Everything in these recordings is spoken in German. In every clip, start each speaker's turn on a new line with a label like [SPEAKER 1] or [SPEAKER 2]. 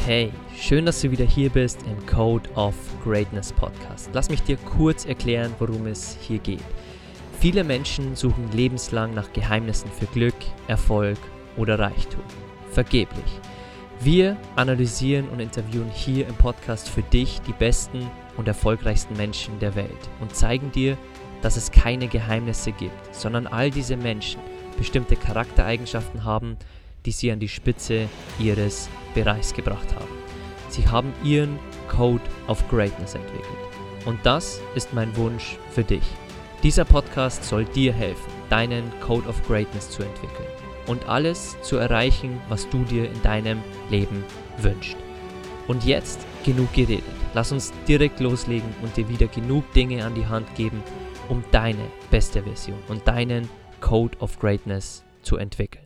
[SPEAKER 1] Hey, schön, dass du wieder hier bist im Code of Greatness Podcast. Lass mich dir kurz erklären, worum es hier geht. Viele Menschen suchen lebenslang nach Geheimnissen für Glück, Erfolg oder Reichtum. Vergeblich. Wir analysieren und interviewen hier im Podcast für dich die besten und erfolgreichsten Menschen der Welt und zeigen dir, dass es keine Geheimnisse gibt, sondern all diese Menschen bestimmte Charaktereigenschaften haben, die sie an die Spitze ihres Bereichs gebracht haben. Sie haben ihren Code of Greatness entwickelt. Und das ist mein Wunsch für dich. Dieser Podcast soll dir helfen, deinen Code of Greatness zu entwickeln und alles zu erreichen, was du dir in deinem Leben wünschst. Und jetzt genug geredet. Lass uns direkt loslegen und dir wieder genug Dinge an die Hand geben, um deine beste Version und deinen Code of Greatness zu entwickeln.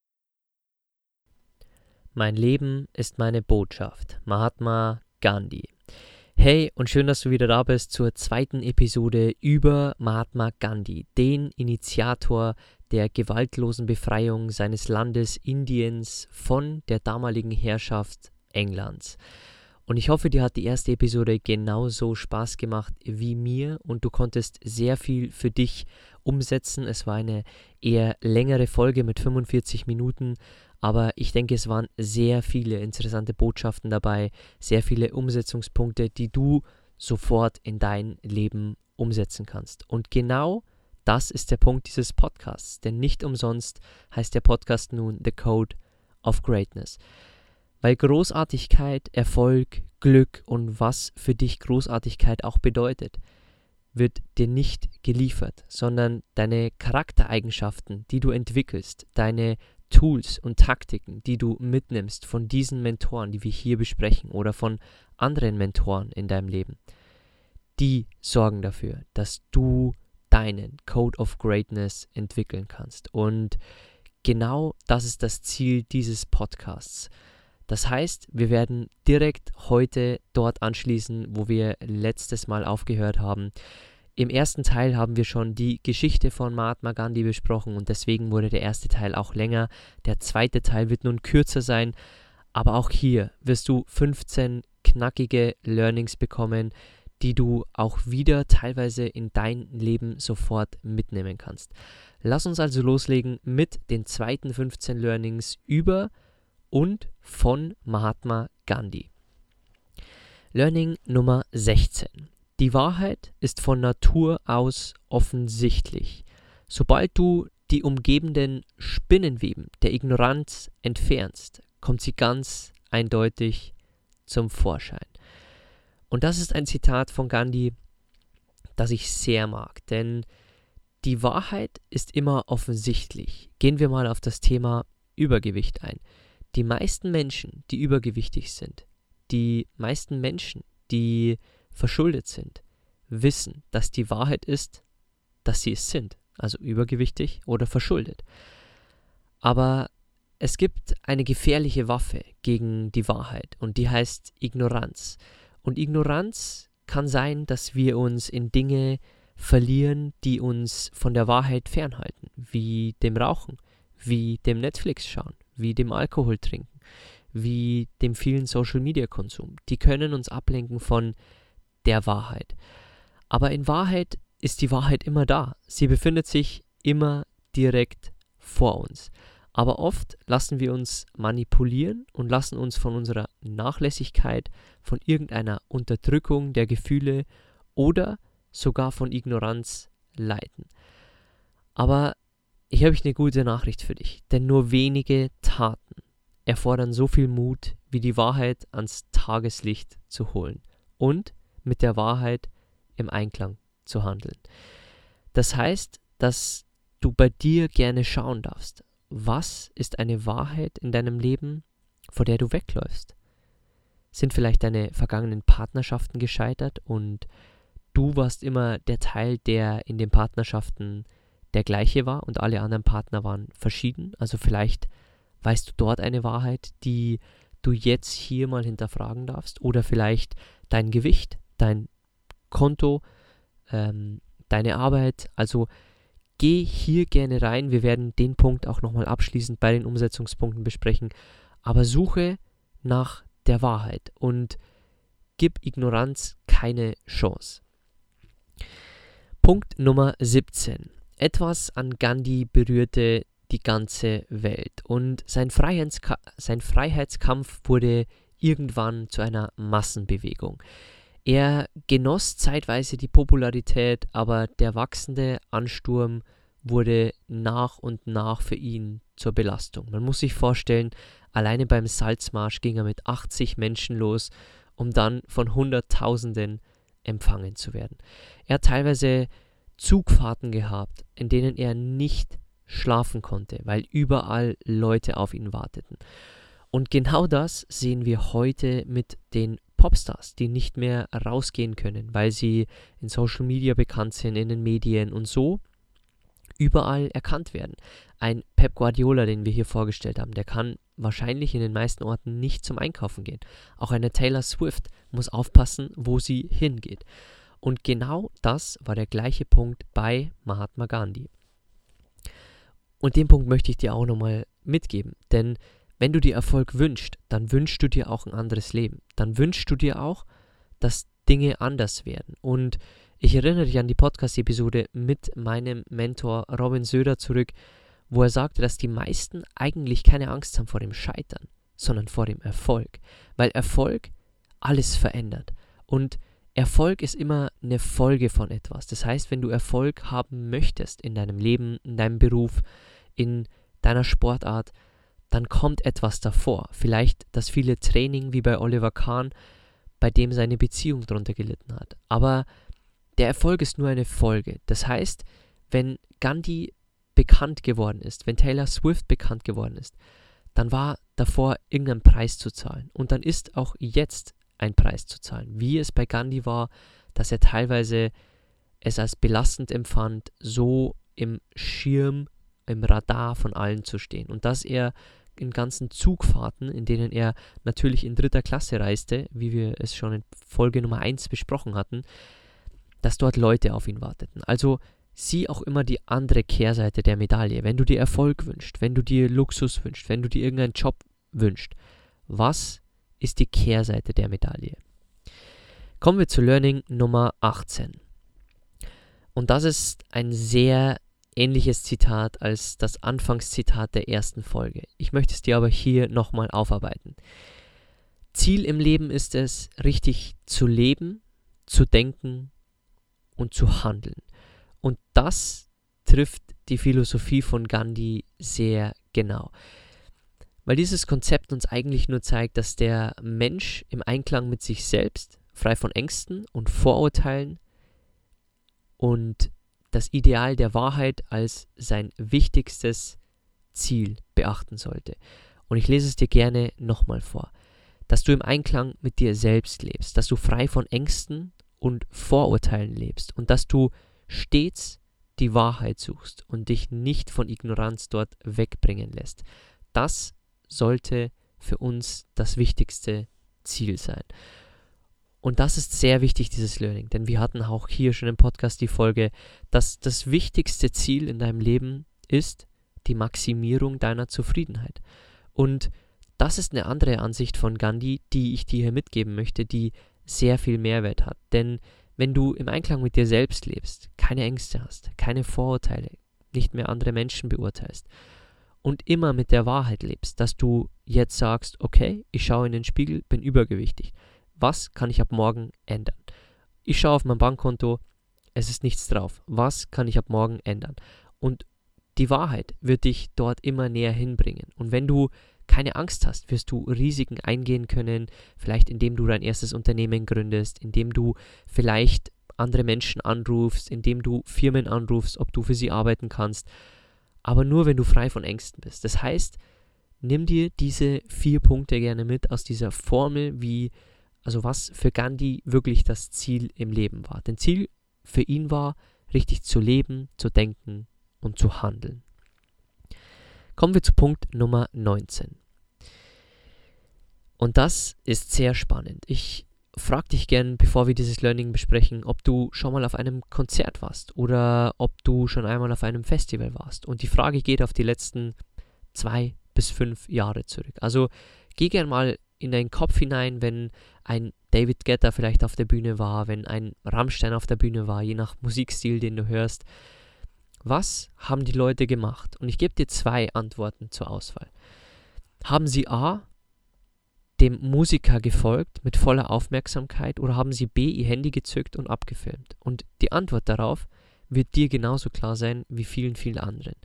[SPEAKER 1] Mein Leben ist meine Botschaft. Mahatma Gandhi. Hey und schön, dass du wieder da bist zur zweiten Episode über Mahatma Gandhi, den Initiator der gewaltlosen Befreiung seines Landes Indiens von der damaligen Herrschaft Englands. Und ich hoffe, dir hat die erste Episode genauso Spaß gemacht wie mir und du konntest sehr viel für dich umsetzen. Es war eine eher längere Folge mit 45 Minuten, aber ich denke, es waren sehr viele interessante Botschaften dabei, sehr viele Umsetzungspunkte, die du sofort in dein Leben umsetzen kannst. Und genau das ist der Punkt dieses Podcasts, denn nicht umsonst heißt der Podcast nun The Code of Greatness. Weil Großartigkeit, Erfolg, Glück und was für dich Großartigkeit auch bedeutet, wird dir nicht geliefert, sondern deine Charaktereigenschaften, die du entwickelst, deine Tools und Taktiken, die du mitnimmst von diesen Mentoren, die wir hier besprechen oder von anderen Mentoren in deinem Leben, die sorgen dafür, dass du deinen Code of Greatness entwickeln kannst. Und genau das ist das Ziel dieses Podcasts. Das heißt, wir werden direkt heute dort anschließen, wo wir letztes Mal aufgehört haben. Im ersten Teil haben wir schon die Geschichte von Mahatma Gandhi besprochen und deswegen wurde der erste Teil auch länger. Der zweite Teil wird nun kürzer sein, aber auch hier wirst du 15 knackige Learnings bekommen, die du auch wieder teilweise in dein Leben sofort mitnehmen kannst. Lass uns also loslegen mit den zweiten 15 Learnings über und von Mahatma Gandhi. Learning Nummer 16. Die Wahrheit ist von Natur aus offensichtlich. Sobald du die umgebenden Spinnenweben der Ignoranz entfernst, kommt sie ganz eindeutig zum Vorschein. Und das ist ein Zitat von Gandhi, das ich sehr mag, denn die Wahrheit ist immer offensichtlich. Gehen wir mal auf das Thema Übergewicht ein. Die meisten Menschen, die übergewichtig sind, die meisten Menschen, die verschuldet sind, wissen, dass die Wahrheit ist, dass sie es sind, also übergewichtig oder verschuldet. Aber es gibt eine gefährliche Waffe gegen die Wahrheit und die heißt Ignoranz. Und Ignoranz kann sein, dass wir uns in Dinge verlieren, die uns von der Wahrheit fernhalten, wie dem Rauchen, wie dem Netflix schauen, wie dem Alkohol trinken, wie dem vielen Social-Media-Konsum. Die können uns ablenken von der Wahrheit. Aber in Wahrheit ist die Wahrheit immer da. Sie befindet sich immer direkt vor uns. Aber oft lassen wir uns manipulieren und lassen uns von unserer Nachlässigkeit, von irgendeiner Unterdrückung der Gefühle oder sogar von Ignoranz leiten. Aber hier habe ich eine gute Nachricht für dich, denn nur wenige Taten erfordern so viel Mut, wie die Wahrheit ans Tageslicht zu holen und mit der Wahrheit im Einklang zu handeln. Das heißt, dass du bei dir gerne schauen darfst, was ist eine Wahrheit in deinem Leben, vor der du wegläufst? Sind vielleicht deine vergangenen Partnerschaften gescheitert und du warst immer der Teil, der in den Partnerschaften der gleiche war und alle anderen Partner waren verschieden? Also vielleicht weißt du dort eine Wahrheit, die du jetzt hier mal hinterfragen darfst, oder vielleicht dein Gewicht, dein Konto, deine Arbeit. Also geh hier gerne rein. Wir werden den Punkt auch nochmal abschließend bei den Umsetzungspunkten besprechen. Aber suche nach der Wahrheit und gib Ignoranz keine Chance. Punkt Nummer 17. Etwas an Gandhi berührte die ganze Welt und sein Freiheitskampf wurde irgendwann zu einer Massenbewegung. Er genoss zeitweise die Popularität, aber der wachsende Ansturm wurde nach und nach für ihn zur Belastung. Man muss sich vorstellen, alleine beim Salzmarsch ging er mit 80 Menschen los, um dann von Hunderttausenden empfangen zu werden. Er hat teilweise Zugfahrten gehabt, in denen er nicht schlafen konnte, weil überall Leute auf ihn warteten. Und genau das sehen wir heute mit den Popstars, die nicht mehr rausgehen können, weil sie in Social Media bekannt sind, in den Medien und so überall erkannt werden. Ein Pep Guardiola, den wir hier vorgestellt haben, der kann wahrscheinlich in den meisten Orten nicht zum Einkaufen gehen. Auch eine Taylor Swift muss aufpassen, wo sie hingeht. Und genau das war der gleiche Punkt bei Mahatma Gandhi. Und den Punkt möchte ich dir auch nochmal mitgeben, denn wenn du dir Erfolg wünschst, dann wünschst du dir auch ein anderes Leben. Dann wünschst du dir auch, dass Dinge anders werden. Und ich erinnere dich an die Podcast-Episode mit meinem Mentor Robin Söder zurück, wo er sagte, dass die meisten eigentlich keine Angst haben vor dem Scheitern, sondern vor dem Erfolg. Weil Erfolg alles verändert. Und Erfolg ist immer eine Folge von etwas. Das heißt, wenn du Erfolg haben möchtest in deinem Leben, in deinem Beruf, in deiner Sportart, dann kommt etwas davor. Vielleicht das viele Training wie bei Oliver Kahn, bei dem seine Beziehung darunter gelitten hat. Aber der Erfolg ist nur eine Folge. Das heißt, wenn Gandhi bekannt geworden ist, wenn Taylor Swift bekannt geworden ist, dann war davor irgendein Preis zu zahlen. Und dann ist auch jetzt ein Preis zu zahlen. Wie es bei Gandhi war, dass er teilweise es als belastend empfand, so im Schirm, im Radar von allen zu stehen. Und dass er in ganzen Zugfahrten, in denen er natürlich in 3. Klasse reiste, wie wir es schon in Folge Nummer 1 besprochen hatten, dass dort Leute auf ihn warteten. Also sieh auch immer die andere Kehrseite der Medaille. Wenn du dir Erfolg wünschst, wenn du dir Luxus wünschst, wenn du dir irgendeinen Job wünschst, was ist die Kehrseite der Medaille? Kommen wir zu Learning Nummer 18. Und das ist ein sehr ähnliches Zitat als das Anfangszitat der ersten Folge. Ich möchte es dir aber hier nochmal aufarbeiten. Ziel im Leben ist es, richtig zu leben, zu denken und zu handeln. Und das trifft die Philosophie von Gandhi sehr genau. Weil dieses Konzept uns eigentlich nur zeigt, dass der Mensch im Einklang mit sich selbst, frei von Ängsten und Vorurteilen und das Ideal der Wahrheit als sein wichtigstes Ziel beachten sollte. Und ich lese es dir gerne nochmal vor. Dass du im Einklang mit dir selbst lebst, dass du frei von Ängsten und Vorurteilen lebst und dass du stets die Wahrheit suchst und dich nicht von Ignoranz dort wegbringen lässt. Das sollte für uns das wichtigste Ziel sein. Und das ist sehr wichtig, dieses Learning, denn wir hatten auch hier schon im Podcast die Folge, dass das wichtigste Ziel in deinem Leben ist die Maximierung deiner Zufriedenheit. Und das ist eine andere Ansicht von Gandhi, die ich dir hier mitgeben möchte, die sehr viel Mehrwert hat. Denn wenn du im Einklang mit dir selbst lebst, keine Ängste hast, keine Vorurteile, nicht mehr andere Menschen beurteilst und immer mit der Wahrheit lebst, dass du jetzt sagst, okay, ich schaue in den Spiegel, bin übergewichtig. Was kann ich ab morgen ändern? Ich schaue auf mein Bankkonto, es ist nichts drauf. Was kann ich ab morgen ändern? Und die Wahrheit wird dich dort immer näher hinbringen. Und wenn du keine Angst hast, wirst du Risiken eingehen können, vielleicht indem du dein erstes Unternehmen gründest, indem du vielleicht andere Menschen anrufst, indem du Firmen anrufst, ob du für sie arbeiten kannst. Aber nur, wenn du frei von Ängsten bist. Das heißt, nimm dir diese 4 Punkte gerne mit aus dieser Formel, also was für Gandhi wirklich das Ziel im Leben war. Denn Ziel für ihn war, richtig zu leben, zu denken und zu handeln. Kommen wir zu Punkt Nummer 19. Und das ist sehr spannend. Ich frage dich gern, bevor wir dieses Learning besprechen, ob du schon mal auf einem Konzert warst oder ob du schon einmal auf einem Festival warst. Und die Frage geht auf die letzten 2 bis 5 Jahre zurück. Also geh gern mal in deinen Kopf hinein, wenn ein David Guetta vielleicht auf der Bühne war, wenn ein Rammstein auf der Bühne war, je nach Musikstil, den du hörst. Was haben die Leute gemacht? Und ich gebe dir 2 Antworten zur Auswahl. Haben sie A, dem Musiker gefolgt mit voller Aufmerksamkeit, oder haben sie B, ihr Handy gezückt und abgefilmt? Und die Antwort darauf wird dir genauso klar sein wie vielen, vielen anderen.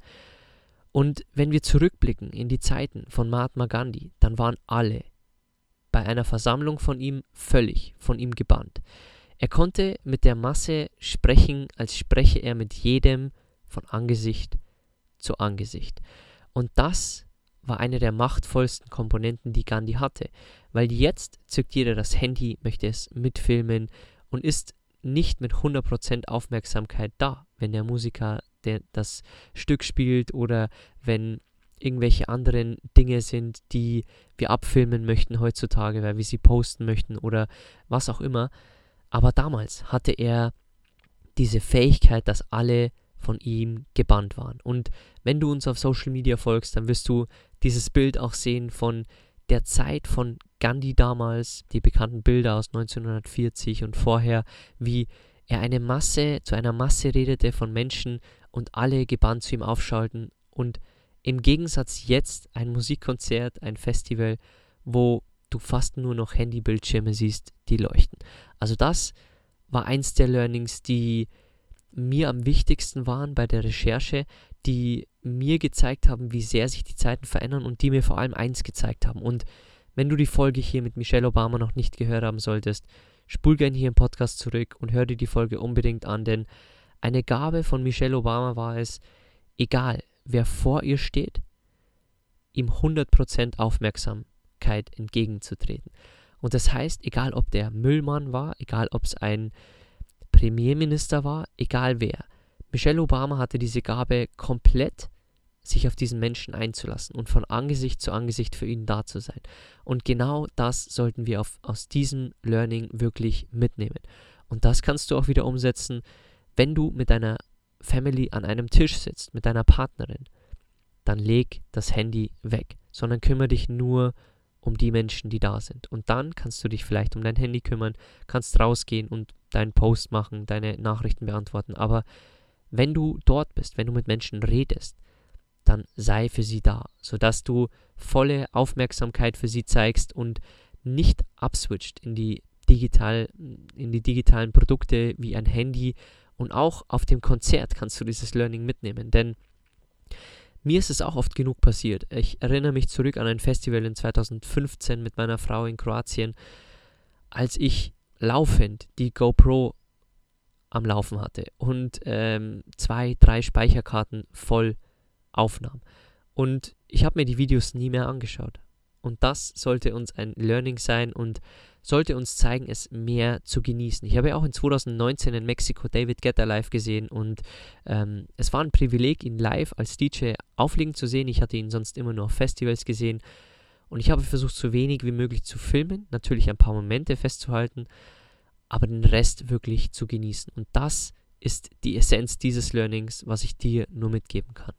[SPEAKER 1] Und wenn wir zurückblicken in die Zeiten von Mahatma Gandhi, dann waren alle bei einer Versammlung von ihm völlig von ihm gebannt. Er konnte mit der Masse sprechen, als spreche er mit jedem von Angesicht zu Angesicht. Und das war eine der machtvollsten Komponenten, die Gandhi hatte, weil jetzt zückt jeder das Handy, möchte es mitfilmen und ist nicht mit 100% Aufmerksamkeit da, wenn der Musiker das Stück spielt oder wenn irgendwelche anderen Dinge sind, die wir abfilmen möchten heutzutage, weil wir sie posten möchten oder was auch immer. Aber damals hatte er diese Fähigkeit, dass alle von ihm gebannt waren. Und wenn du uns auf Social Media folgst, dann wirst du dieses Bild auch sehen von der Zeit von Gandhi damals, die bekannten Bilder aus 1940 und vorher, wie er zu einer Masse redete von Menschen und alle gebannt zu ihm aufschalten. Und im Gegensatz jetzt ein Musikkonzert, ein Festival, wo du fast nur noch Handybildschirme siehst, die leuchten. Also das war eins der Learnings, die mir am wichtigsten waren bei der Recherche, die mir gezeigt haben, wie sehr sich die Zeiten verändern und die mir vor allem eins gezeigt haben. Und wenn du die Folge hier mit Michelle Obama noch nicht gehört haben solltest, spul gerne hier im Podcast zurück und hör dir die Folge unbedingt an, denn eine Gabe von Michelle Obama war es, egal wer vor ihr steht, ihm 100% Aufmerksamkeit entgegenzutreten. Und das heißt, egal ob der Müllmann war, egal ob es ein Premierminister war, egal wer. Michelle Obama hatte diese Gabe, komplett sich auf diesen Menschen einzulassen und von Angesicht zu Angesicht für ihn da zu sein. Und genau das sollten wir aus diesem Learning wirklich mitnehmen. Und das kannst du auch wieder umsetzen, wenn du mit deiner Family an einem Tisch sitzt, mit deiner Partnerin. Dann leg das Handy weg, sondern kümmere dich nur um die Menschen, die da sind. Und dann kannst du dich vielleicht um dein Handy kümmern, kannst rausgehen und deinen Post machen, deine Nachrichten beantworten. Aber wenn du dort bist, wenn du mit Menschen redest, dann sei für sie da, sodass du volle Aufmerksamkeit für sie zeigst und nicht abswitcht in die digitalen Produkte wie ein Handy. Und auch auf dem Konzert kannst du dieses Learning mitnehmen, denn mir ist es auch oft genug passiert. Ich erinnere mich zurück an ein Festival in 2015 mit meiner Frau in Kroatien, als ich laufend die GoPro am Laufen hatte und 2, 3 Speicherkarten voll aufnahm. Und ich habe mir die Videos nie mehr angeschaut. Und das sollte uns ein Learning sein und sollte uns zeigen, es mehr zu genießen. Ich habe ja auch in 2019 in Mexiko David Guetta live gesehen und es war ein Privileg, ihn live als DJ auflegen zu sehen. Ich hatte ihn sonst immer nur auf Festivals gesehen und ich habe versucht, so wenig wie möglich zu filmen, natürlich ein paar Momente festzuhalten, aber den Rest wirklich zu genießen. Und das ist die Essenz dieses Learnings, was ich dir nur mitgeben kann.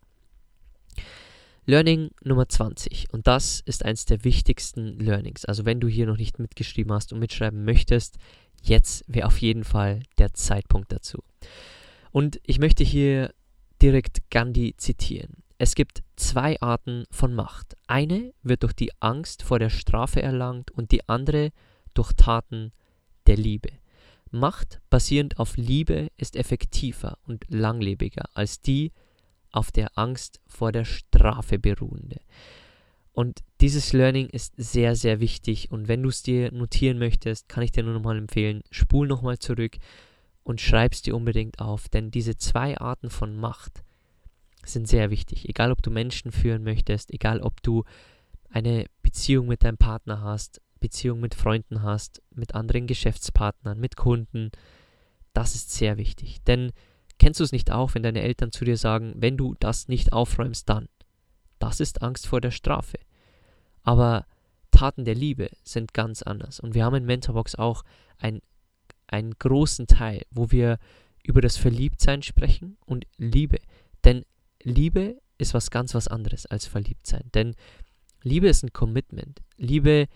[SPEAKER 1] Learning Nummer 20 und das ist eins der wichtigsten Learnings. Also wenn du hier noch nicht mitgeschrieben hast und mitschreiben möchtest, jetzt wäre auf jeden Fall der Zeitpunkt dazu. Und ich möchte hier direkt Gandhi zitieren. Es gibt 2 Arten von Macht. Eine wird durch die Angst vor der Strafe erlangt und die andere durch Taten der Liebe. Macht basierend auf Liebe ist effektiver und langlebiger als die auf der Angst vor der Strafe beruhende. Und dieses Learning ist sehr, sehr wichtig und wenn du es dir notieren möchtest, kann ich dir nur nochmal empfehlen, spul nochmal zurück und schreib es dir unbedingt auf, denn diese 2 Arten von Macht sind sehr wichtig. Egal, ob du Menschen führen möchtest, egal, ob du eine Beziehung mit deinem Partner hast, Beziehung mit Freunden hast, mit anderen Geschäftspartnern, mit Kunden, das ist sehr wichtig, denn kennst du es nicht auch, wenn deine Eltern zu dir sagen, wenn du das nicht aufräumst, dann? Das ist Angst vor der Strafe. Aber Taten der Liebe sind ganz anders. Und wir haben in Mentorbox auch einen großen Teil, wo wir über das Verliebtsein sprechen und Liebe. Denn Liebe ist was anderes als Verliebtsein. Denn Liebe ist ein Commitment. Liebe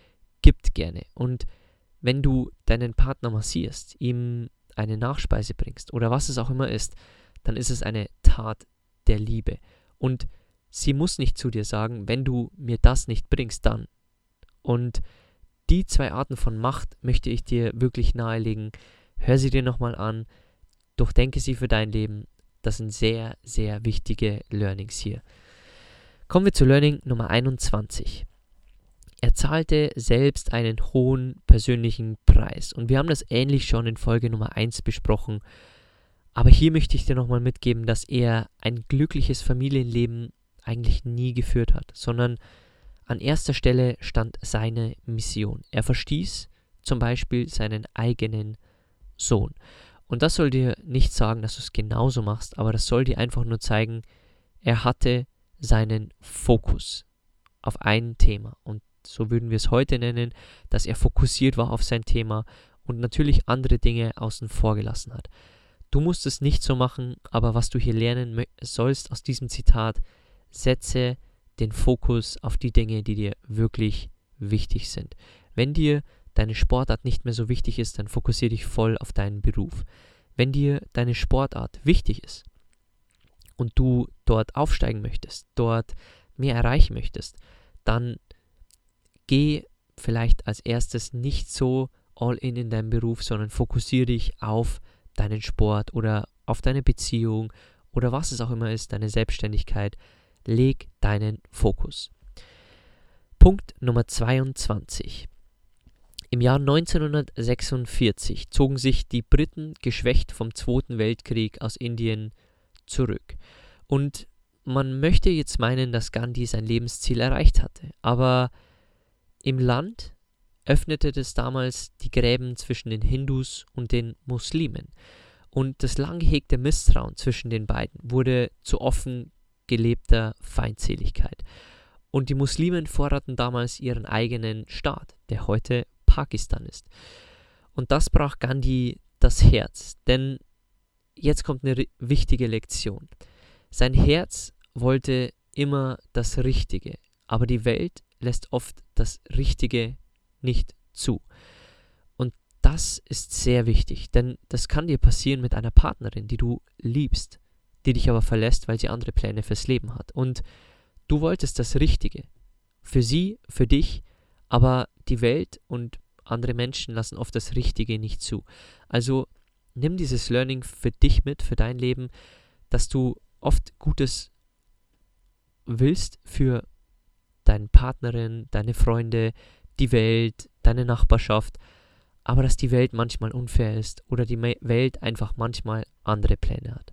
[SPEAKER 1] gibt gerne. Und wenn du deinen Partner massierst, ihm eine Nachspeise bringst oder was es auch immer ist, dann ist es eine Tat der Liebe. Und sie muss nicht zu dir sagen, wenn du mir das nicht bringst, dann. Und die 2 Arten von Macht möchte ich dir wirklich nahelegen. Hör sie dir nochmal an, durchdenke sie für dein Leben. Das sind sehr, sehr wichtige Learnings hier. Kommen wir zu Learning Nummer 21. Er zahlte selbst einen hohen persönlichen Preis. Und wir haben das ähnlich schon in Folge Nummer 1 besprochen. Aber hier möchte ich dir nochmal mitgeben, dass er ein glückliches Familienleben eigentlich nie geführt hat, sondern an erster Stelle stand seine Mission. Er verstieß zum Beispiel seinen eigenen Sohn. Und das soll dir nicht sagen, dass du es genauso machst, aber das soll dir einfach nur zeigen, er hatte seinen Fokus auf ein Thema. Und so würden wir es heute nennen, dass er fokussiert war auf sein Thema und natürlich andere Dinge außen vor gelassen hat. Du musst es nicht so machen, aber was du hier lernen sollst aus diesem Zitat, setze den Fokus auf die Dinge, die dir wirklich wichtig sind. Wenn dir deine Sportart nicht mehr so wichtig ist, dann fokussiere dich voll auf deinen Beruf. Wenn dir deine Sportart wichtig ist und du dort aufsteigen möchtest, dort mehr erreichen möchtest, dann geh vielleicht als erstes nicht so all in deinem Beruf, sondern fokussiere dich auf deinen Sport oder auf deine Beziehung oder was es auch immer ist, deine Selbstständigkeit. Leg deinen Fokus. Punkt Nummer 22. Im Jahr 1946 zogen sich die Briten geschwächt vom Zweiten Weltkrieg aus Indien zurück. Und man möchte jetzt meinen, dass Gandhi sein Lebensziel erreicht hatte. Aber im Land öffnete das damals die Gräben zwischen den Hindus und den Muslimen. Und das lang gehegte Misstrauen zwischen den beiden wurde zu offen gelebter Feindseligkeit. Und die Muslimen forderten damals ihren eigenen Staat, der heute Pakistan ist. Und das brach Gandhi das Herz, denn jetzt kommt eine wichtige Lektion. Sein Herz wollte immer das Richtige, aber die Welt lässt oft das Richtige nicht zu. Und das ist sehr wichtig, denn das kann dir passieren mit einer Partnerin, die du liebst, die dich aber verlässt, weil sie andere Pläne fürs Leben hat. Und du wolltest das Richtige. Für sie, für dich, aber die Welt und andere Menschen lassen oft das Richtige nicht zu. Also nimm dieses Learning für dich mit, für dein Leben, dass du oft Gutes willst für deine Partnerin, deine Freunde, die Welt, deine Nachbarschaft, aber dass die Welt manchmal unfair ist oder die Welt einfach manchmal andere Pläne hat.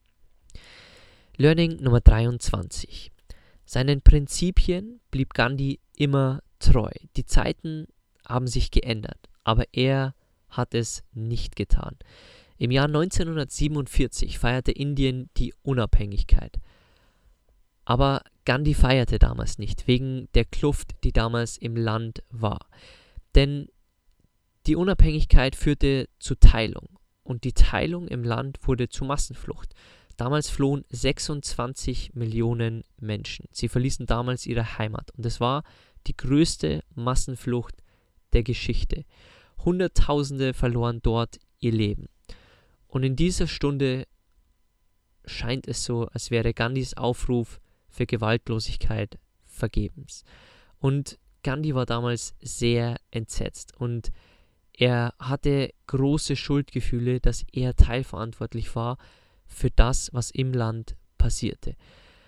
[SPEAKER 1] Learning Nummer 23. Seinen Prinzipien blieb Gandhi immer treu. Die Zeiten haben sich geändert, aber er hat es nicht getan. Im Jahr 1947 feierte Indien die Unabhängigkeit. Aber Gandhi feierte damals nicht, wegen der Kluft, die damals im Land war. Denn die Unabhängigkeit führte zu Teilung und die Teilung im Land wurde zu Massenflucht. Damals flohen 26 Millionen Menschen. Sie verließen damals ihre Heimat und es war die größte Massenflucht der Geschichte. Hunderttausende verloren dort ihr Leben. Und in dieser Stunde scheint es so, als wäre Gandhis Aufruf für Gewaltlosigkeit vergebens. Und Gandhi war damals sehr entsetzt und er hatte große Schuldgefühle, dass er teilverantwortlich war für das, was im Land passierte.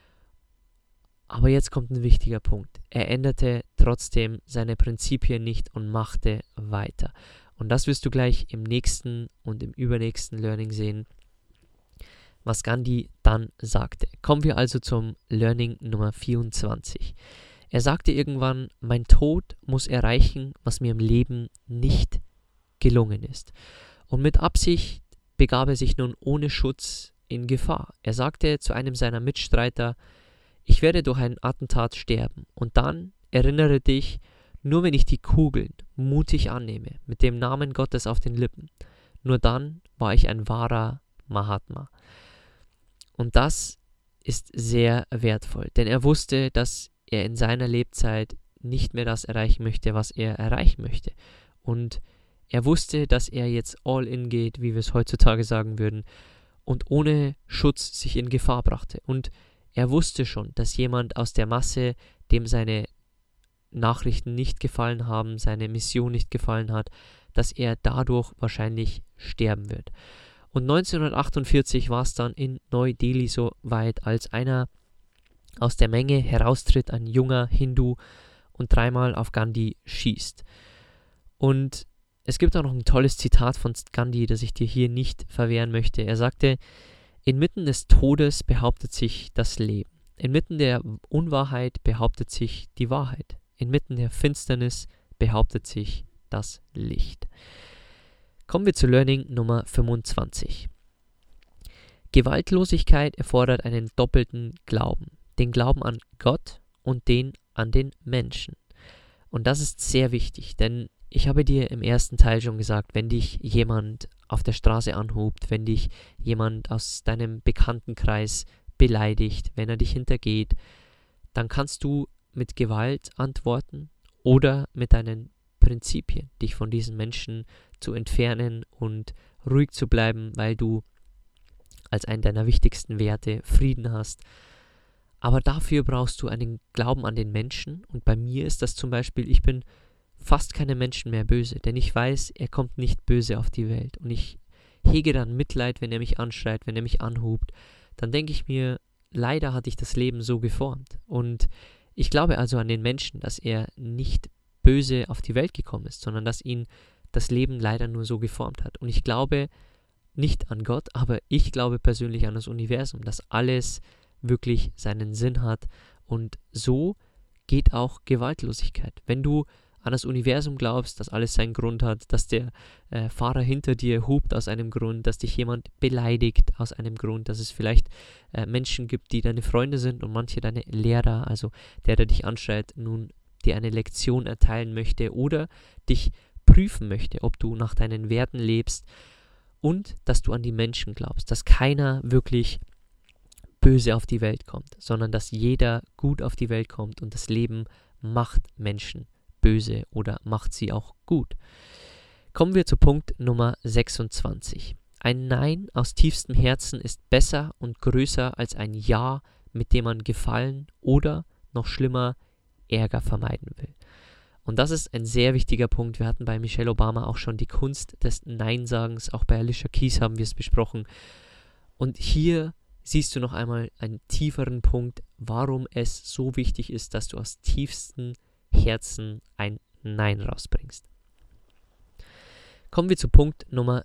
[SPEAKER 1] Aber jetzt kommt ein wichtiger Punkt. Er änderte trotzdem seine Prinzipien nicht und machte weiter. Und das wirst du gleich im nächsten und im übernächsten Learning sehen, was Gandhi dann sagte. Kommen wir also zum Learning Nummer 24. Er sagte irgendwann, mein Tod muss erreichen, was mir im Leben nicht gelungen ist. Und mit Absicht begab er sich nun ohne Schutz in Gefahr. Er sagte zu einem seiner Mitstreiter, ich werde durch ein Attentat sterben und dann erinnere dich, nur wenn ich die Kugeln mutig annehme, mit dem Namen Gottes auf den Lippen, nur dann war ich ein wahrer Mahatma. Und das ist sehr wertvoll, denn er wusste, dass er in seiner Lebzeit nicht mehr das erreichen möchte, was er erreichen möchte. Und er wusste, dass er jetzt all in geht, wie wir es heutzutage sagen würden, und ohne Schutz sich in Gefahr brachte. Und er wusste schon, dass jemand aus der Masse, dem seine Nachrichten nicht gefallen haben, seine Mission nicht gefallen hat, dass er dadurch wahrscheinlich sterben wird. Und 1948 war es dann in Neu-Delhi so weit, als einer aus der Menge heraustritt, ein junger Hindu, und 3-mal auf Gandhi schießt. Und es gibt auch noch ein tolles Zitat von Gandhi, das ich dir hier nicht verwehren möchte. Er sagte: Inmitten des Todes behauptet sich das Leben. Inmitten der Unwahrheit behauptet sich die Wahrheit. Inmitten der Finsternis behauptet sich das Licht. Kommen wir zu Learning Nummer 25. Gewaltlosigkeit erfordert einen doppelten Glauben. Den Glauben an Gott und den an den Menschen. Und das ist sehr wichtig, denn ich habe dir im ersten Teil schon gesagt, wenn dich jemand auf der Straße anhupt, wenn dich jemand aus deinem Bekanntenkreis beleidigt, wenn er dich hintergeht, dann kannst du mit Gewalt antworten oder mit deinen Prinzipien, dich von diesen Menschen zu entfernen und ruhig zu bleiben, weil du als einen deiner wichtigsten Werte Frieden hast. Aber dafür brauchst du einen Glauben an den Menschen, und bei mir ist das zum Beispiel, ich bin fast keinem Menschen mehr böse, denn ich weiß, er kommt nicht böse auf die Welt, und ich hege dann Mitleid, wenn er mich anschreit, wenn er mich anhupt. Dann denke ich mir, leider hat dich das Leben so geformt, und ich glaube also an den Menschen, dass er nicht böse auf die Welt gekommen ist, sondern dass ihn das Leben leider nur so geformt hat. Und ich glaube nicht an Gott, aber ich glaube persönlich an das Universum, dass alles wirklich seinen Sinn hat, und so geht auch Gewaltlosigkeit. Wenn du an das Universum glaubst, dass alles seinen Grund hat, dass der Fahrer hinter dir hupt aus einem Grund, dass dich jemand beleidigt aus einem Grund, dass es vielleicht Menschen gibt, die deine Freunde sind und manche deine Lehrer, also der dich anschreit, nun dir eine Lektion erteilen möchte oder dich prüfen möchte, ob du nach deinen Werten lebst, und dass du an die Menschen glaubst, dass keiner wirklich böse auf die Welt kommt, sondern dass jeder gut auf die Welt kommt, und das Leben macht Menschen böse oder macht sie auch gut. Kommen wir zu Punkt Nummer 26. Ein Nein aus tiefstem Herzen ist besser und größer als ein Ja, mit dem man Gefallen oder, noch schlimmer, Ärger vermeiden will. Und das ist ein sehr wichtiger Punkt. Wir hatten bei Michelle Obama auch schon die Kunst des Neinsagens, auch bei Alicia Keys haben wir es besprochen. Und hier siehst du noch einmal einen tieferen Punkt, warum es so wichtig ist, dass du aus tiefstem Herzen ein Nein rausbringst. Kommen wir zu Punkt Nummer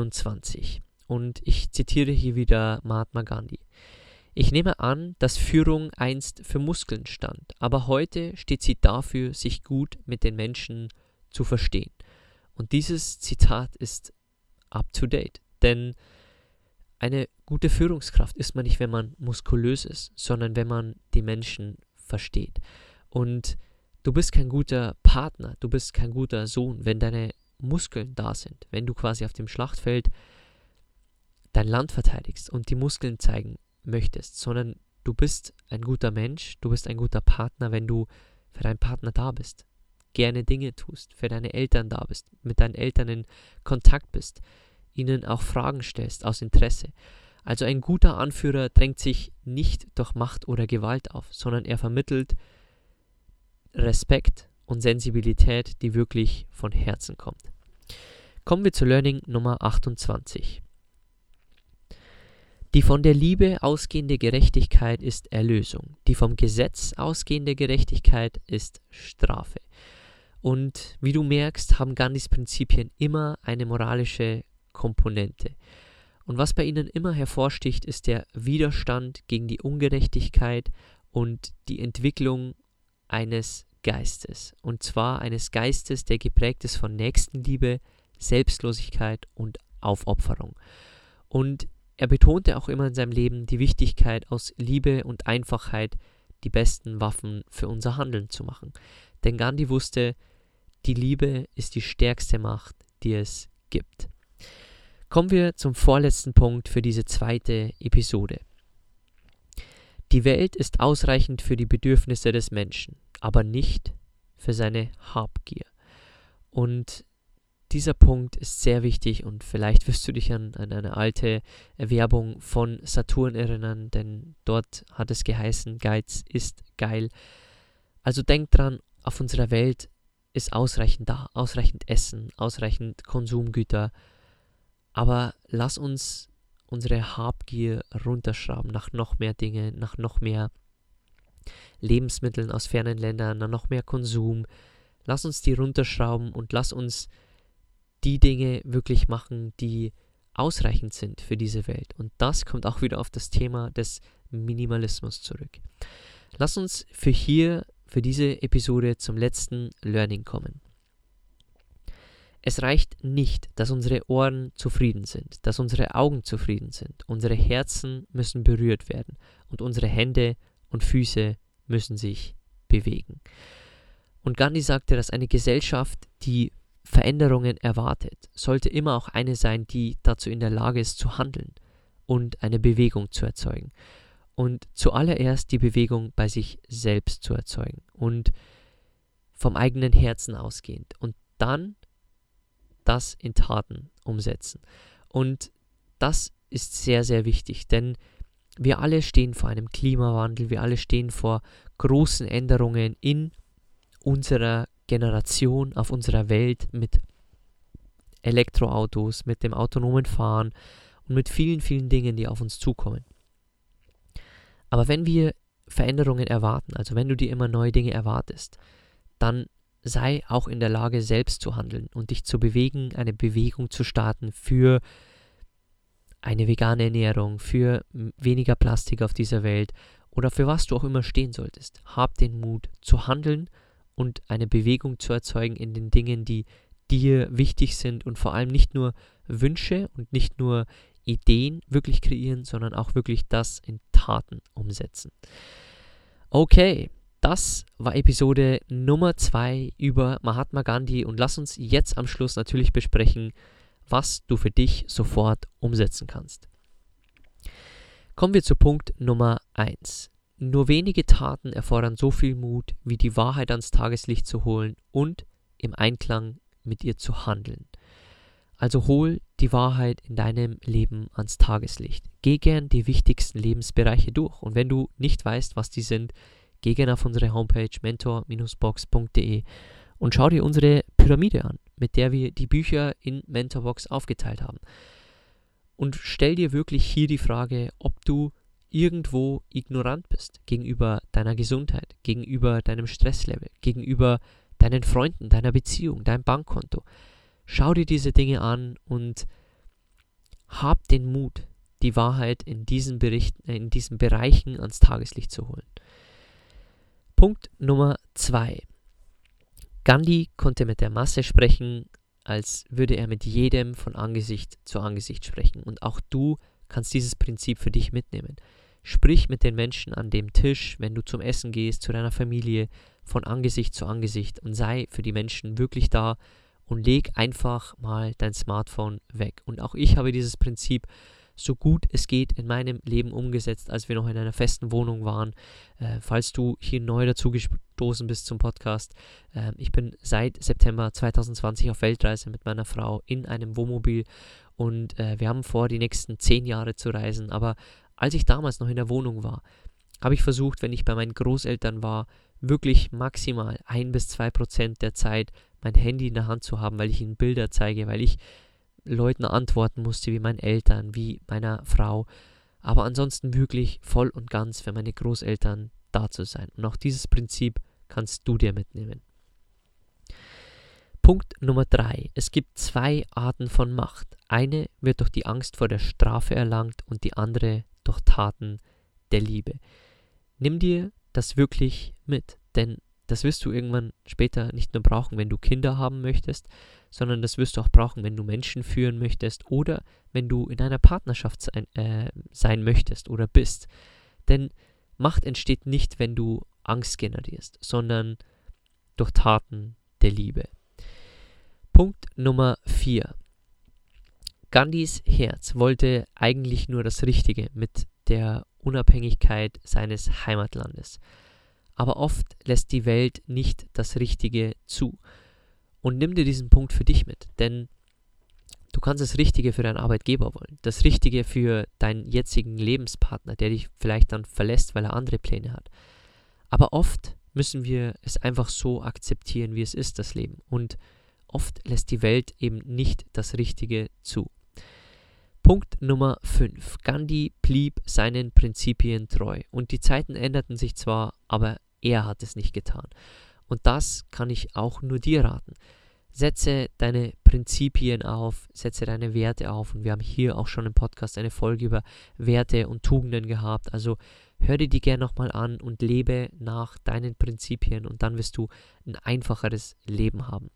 [SPEAKER 1] 27. Und ich zitiere hier wieder Mahatma Gandhi. Ich nehme an, dass Führung einst für Muskeln stand, aber heute steht sie dafür, sich gut mit den Menschen zu verstehen. Und dieses Zitat ist up to date, denn eine gute Führungskraft ist man nicht, wenn man muskulös ist, sondern wenn man die Menschen versteht. Und du bist kein guter Partner, du bist kein guter Sohn, wenn deine Muskeln da sind, wenn du quasi auf dem Schlachtfeld dein Land verteidigst und die Muskeln zeigen möchtest, sondern du bist ein guter Mensch, du bist ein guter Partner, wenn du für deinen Partner da bist, gerne Dinge tust, für deine Eltern da bist, mit deinen Eltern in Kontakt bist, ihnen auch Fragen stellst aus Interesse. Also ein guter Anführer drängt sich nicht durch Macht oder Gewalt auf, sondern er vermittelt Respekt und Sensibilität, die wirklich von Herzen kommt. Kommen wir zu Learning Nummer 28. Die von der Liebe ausgehende Gerechtigkeit ist Erlösung. Die vom Gesetz ausgehende Gerechtigkeit ist Strafe. Und wie du merkst, haben Gandhis Prinzipien immer eine moralische Komponente. Und was bei ihnen immer hervorsticht, ist der Widerstand gegen die Ungerechtigkeit und die Entwicklung eines Geistes. Und zwar eines Geistes, der geprägt ist von Nächstenliebe, Selbstlosigkeit und Aufopferung. Und er betonte auch immer in seinem Leben die Wichtigkeit, aus Liebe und Einfachheit die besten Waffen für unser Handeln zu machen. Denn Gandhi wusste, die Liebe ist die stärkste Macht, die es gibt. Kommen wir zum vorletzten Punkt für diese zweite Episode. Die Welt ist ausreichend für die Bedürfnisse des Menschen, aber nicht für seine Habgier. Und dieser Punkt ist sehr wichtig und vielleicht wirst du dich an eine alte Werbung von Saturn erinnern, denn dort hat es geheißen, Geiz ist geil. Also denk dran, auf unserer Welt ist ausreichend da, ausreichend Essen, ausreichend Konsumgüter, aber lass uns unsere Habgier runterschrauben nach noch mehr Dinge, nach noch mehr Lebensmitteln aus fernen Ländern, nach noch mehr Konsum. Lass uns die runterschrauben und lass uns die Dinge wirklich machen, die ausreichend sind für diese Welt. Und das kommt auch wieder auf das Thema des Minimalismus zurück. Lass uns für diese Episode zum letzten Learning kommen. Es reicht nicht, dass unsere Ohren zufrieden sind, dass unsere Augen zufrieden sind. Unsere Herzen müssen berührt werden und unsere Hände und Füße müssen sich bewegen. Und Gandhi sagte, dass eine Gesellschaft, die Veränderungen erwartet, sollte immer auch eine sein, die dazu in der Lage ist zu handeln und eine Bewegung zu erzeugen. Und zuallererst die Bewegung bei sich selbst zu erzeugen und vom eigenen Herzen ausgehend und dann das in Taten umsetzen. Und das ist sehr, sehr wichtig, denn wir alle stehen vor einem Klimawandel, wir alle stehen vor großen Änderungen in unserer Generation, auf unserer Welt mit Elektroautos, mit dem autonomen Fahren und mit vielen, vielen Dingen, die auf uns zukommen. Aber wenn wir Veränderungen erwarten, also wenn du dir immer neue Dinge erwartest, dann sei auch in der Lage, selbst zu handeln und dich zu bewegen, eine Bewegung zu starten für eine vegane Ernährung, für weniger Plastik auf dieser Welt oder für was du auch immer stehen solltest. Hab den Mut zu handeln und eine Bewegung zu erzeugen in den Dingen, die dir wichtig sind und vor allem nicht nur Wünsche und nicht nur Ideen wirklich kreieren, sondern auch wirklich das in Taten umsetzen. Okay, das war Episode Nummer 2 über Mahatma Gandhi und lass uns jetzt am Schluss natürlich besprechen, was du für dich sofort umsetzen kannst. Kommen wir zu Punkt Nummer 1. Nur wenige Taten erfordern so viel Mut, wie die Wahrheit ans Tageslicht zu holen und im Einklang mit ihr zu handeln. Also hol die Wahrheit in deinem Leben ans Tageslicht. Geh gern die wichtigsten Lebensbereiche durch und wenn du nicht weißt, was die sind, geh gerne auf unsere Homepage mentor-box.de und schau dir unsere Pyramide an, mit der wir die Bücher in Mentorbox aufgeteilt haben. Und stell dir wirklich hier die Frage, ob du irgendwo ignorant bist gegenüber deiner Gesundheit, gegenüber deinem Stresslevel, gegenüber deinen Freunden, deiner Beziehung, deinem Bankkonto. Schau dir diese Dinge an und hab den Mut, die Wahrheit in diesen Bereichen ans Tageslicht zu holen. Punkt Nummer 2. Gandhi konnte mit der Masse sprechen, als würde er mit jedem von Angesicht zu Angesicht sprechen. Und auch du kannst dieses Prinzip für dich mitnehmen. Sprich mit den Menschen an dem Tisch, wenn du zum Essen gehst, zu deiner Familie, von Angesicht zu Angesicht und sei für die Menschen wirklich da und leg einfach mal dein Smartphone weg. Und auch ich habe dieses Prinzip so gut es geht in meinem Leben umgesetzt, als wir noch in einer festen Wohnung waren. Falls du hier neu dazu gestoßen bist zum Podcast, ich bin seit September 2020 auf Weltreise mit meiner Frau in einem Wohnmobil und wir haben vor, die nächsten 10 Jahre zu reisen. Aber als ich damals noch in der Wohnung war, habe ich versucht, wenn ich bei meinen Großeltern war, wirklich maximal 1-2% der Zeit mein Handy in der Hand zu haben, weil ich ihnen Bilder zeige, weil ich Leuten antworten musste, wie meinen Eltern, wie meiner Frau, aber ansonsten wirklich voll und ganz für meine Großeltern da zu sein. Und auch dieses Prinzip kannst du dir mitnehmen. Punkt Nummer 3. Es gibt 2 Arten von Macht. Eine wird durch die Angst vor der Strafe erlangt und die andere durch Taten der Liebe. Nimm dir das wirklich mit, denn das wirst du irgendwann später nicht nur brauchen, wenn du Kinder haben möchtest, sondern das wirst du auch brauchen, wenn du Menschen führen möchtest oder wenn du in einer Partnerschaft sein möchtest oder bist. Denn Macht entsteht nicht, wenn du Angst generierst, sondern durch Taten der Liebe. Punkt Nummer 4. Gandhis Herz wollte eigentlich nur das Richtige mit der Unabhängigkeit seines Heimatlandes. aber oft lässt die Welt nicht das Richtige zu. Und nimm dir diesen Punkt für dich mit, denn du kannst das Richtige für deinen Arbeitgeber wollen, das Richtige für deinen jetzigen Lebenspartner, der dich vielleicht dann verlässt, weil er andere Pläne hat. Aber oft müssen wir es einfach so akzeptieren, wie es ist, das Leben. Und oft lässt die Welt eben nicht das Richtige zu. Punkt Nummer 5. Gandhi blieb seinen Prinzipien treu. Und die Zeiten änderten sich zwar, aber er hat es nicht getan. Und das kann ich auch nur dir raten. Setze deine Prinzipien auf, setze deine Werte auf. Und wir haben hier auch schon im Podcast eine Folge über Werte und Tugenden gehabt. Also hör dir die gerne nochmal an und lebe nach deinen Prinzipien und dann wirst du ein einfacheres Leben haben.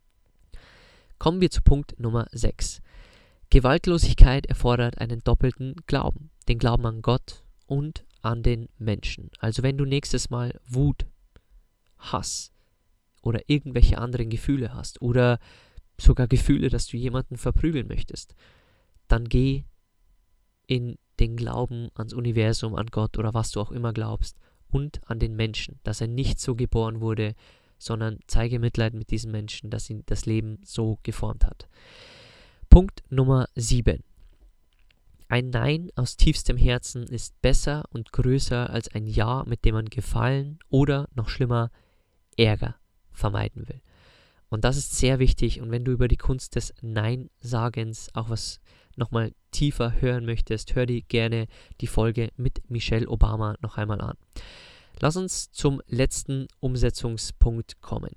[SPEAKER 1] Kommen wir zu Punkt Nummer 6. Gewaltlosigkeit erfordert einen doppelten Glauben. Den Glauben an Gott und an den Menschen. Also wenn du nächstes Mal Wut, Hass oder irgendwelche anderen Gefühle hast oder sogar Gefühle, dass du jemanden verprügeln möchtest, dann geh in den Glauben ans Universum, an Gott oder was du auch immer glaubst und an den Menschen, dass er nicht so geboren wurde, sondern zeige Mitleid mit diesem Menschen, dass ihn das Leben so geformt hat. Punkt Nummer 7. Ein Nein aus tiefstem Herzen ist besser und größer als ein Ja, mit dem man Gefallen oder, noch schlimmer, Ärger vermeiden will. Und das ist sehr wichtig und wenn du über die Kunst des Nein-Sagens auch was nochmal tiefer hören möchtest, hör dir gerne die Folge mit Michelle Obama noch einmal an. Lass uns zum letzten Umsetzungspunkt kommen.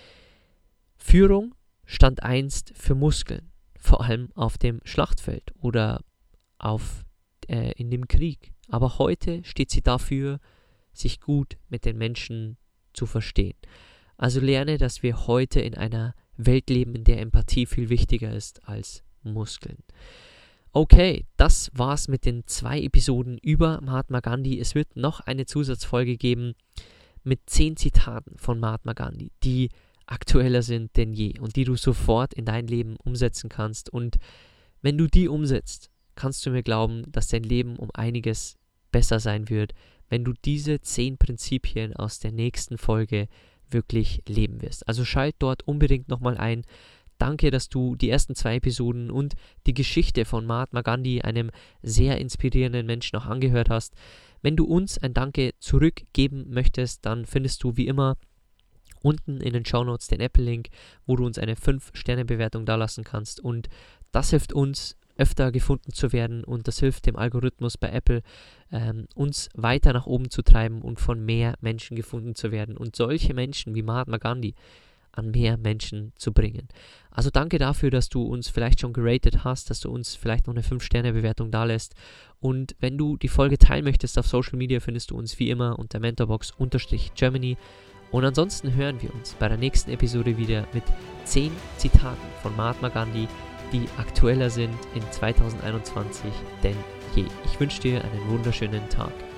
[SPEAKER 1] Führung stand einst für Muskeln, vor allem auf dem Schlachtfeld oder in dem Krieg. Aber heute steht sie dafür, sich gut mit den Menschen zu verstehen. Also lerne, dass wir heute in einer Welt leben, in der Empathie viel wichtiger ist als Muskeln. Okay, das war's mit den 2 Episoden über Mahatma Gandhi. Es wird noch eine Zusatzfolge geben mit 10 Zitaten von Mahatma Gandhi, die aktueller sind denn je und die du sofort in dein Leben umsetzen kannst. Und wenn du die umsetzt, kannst du mir glauben, dass dein Leben um einiges besser sein wird, wenn du diese 10 Prinzipien aus der nächsten Folge wirklich leben wirst. Also schalt dort unbedingt nochmal ein. Danke, dass du die ersten 2 Episoden und die Geschichte von Mahatma Gandhi, einem sehr inspirierenden Menschen, auch angehört hast. Wenn du uns ein Danke zurückgeben möchtest, dann findest du wie immer unten in den Shownotes den Apple-Link, wo du uns eine 5-Sterne-Bewertung dalassen kannst. Und das hilft uns, öfter gefunden zu werden und das hilft dem Algorithmus bei Apple, uns weiter nach oben zu treiben und von mehr Menschen gefunden zu werden und solche Menschen wie Mahatma Gandhi an mehr Menschen zu bringen. Also danke dafür, dass du uns vielleicht schon geratet hast, dass du uns vielleicht noch eine 5-Sterne-Bewertung dalässt. Und wenn du die Folge teilen möchtest auf Social Media, findest du uns wie immer unter mentorbox_Germany. Und ansonsten hören wir uns bei der nächsten Episode wieder mit 10 Zitaten von Mahatma Gandhi, die aktueller sind in 2021 denn je. Ich wünsche dir einen wunderschönen Tag.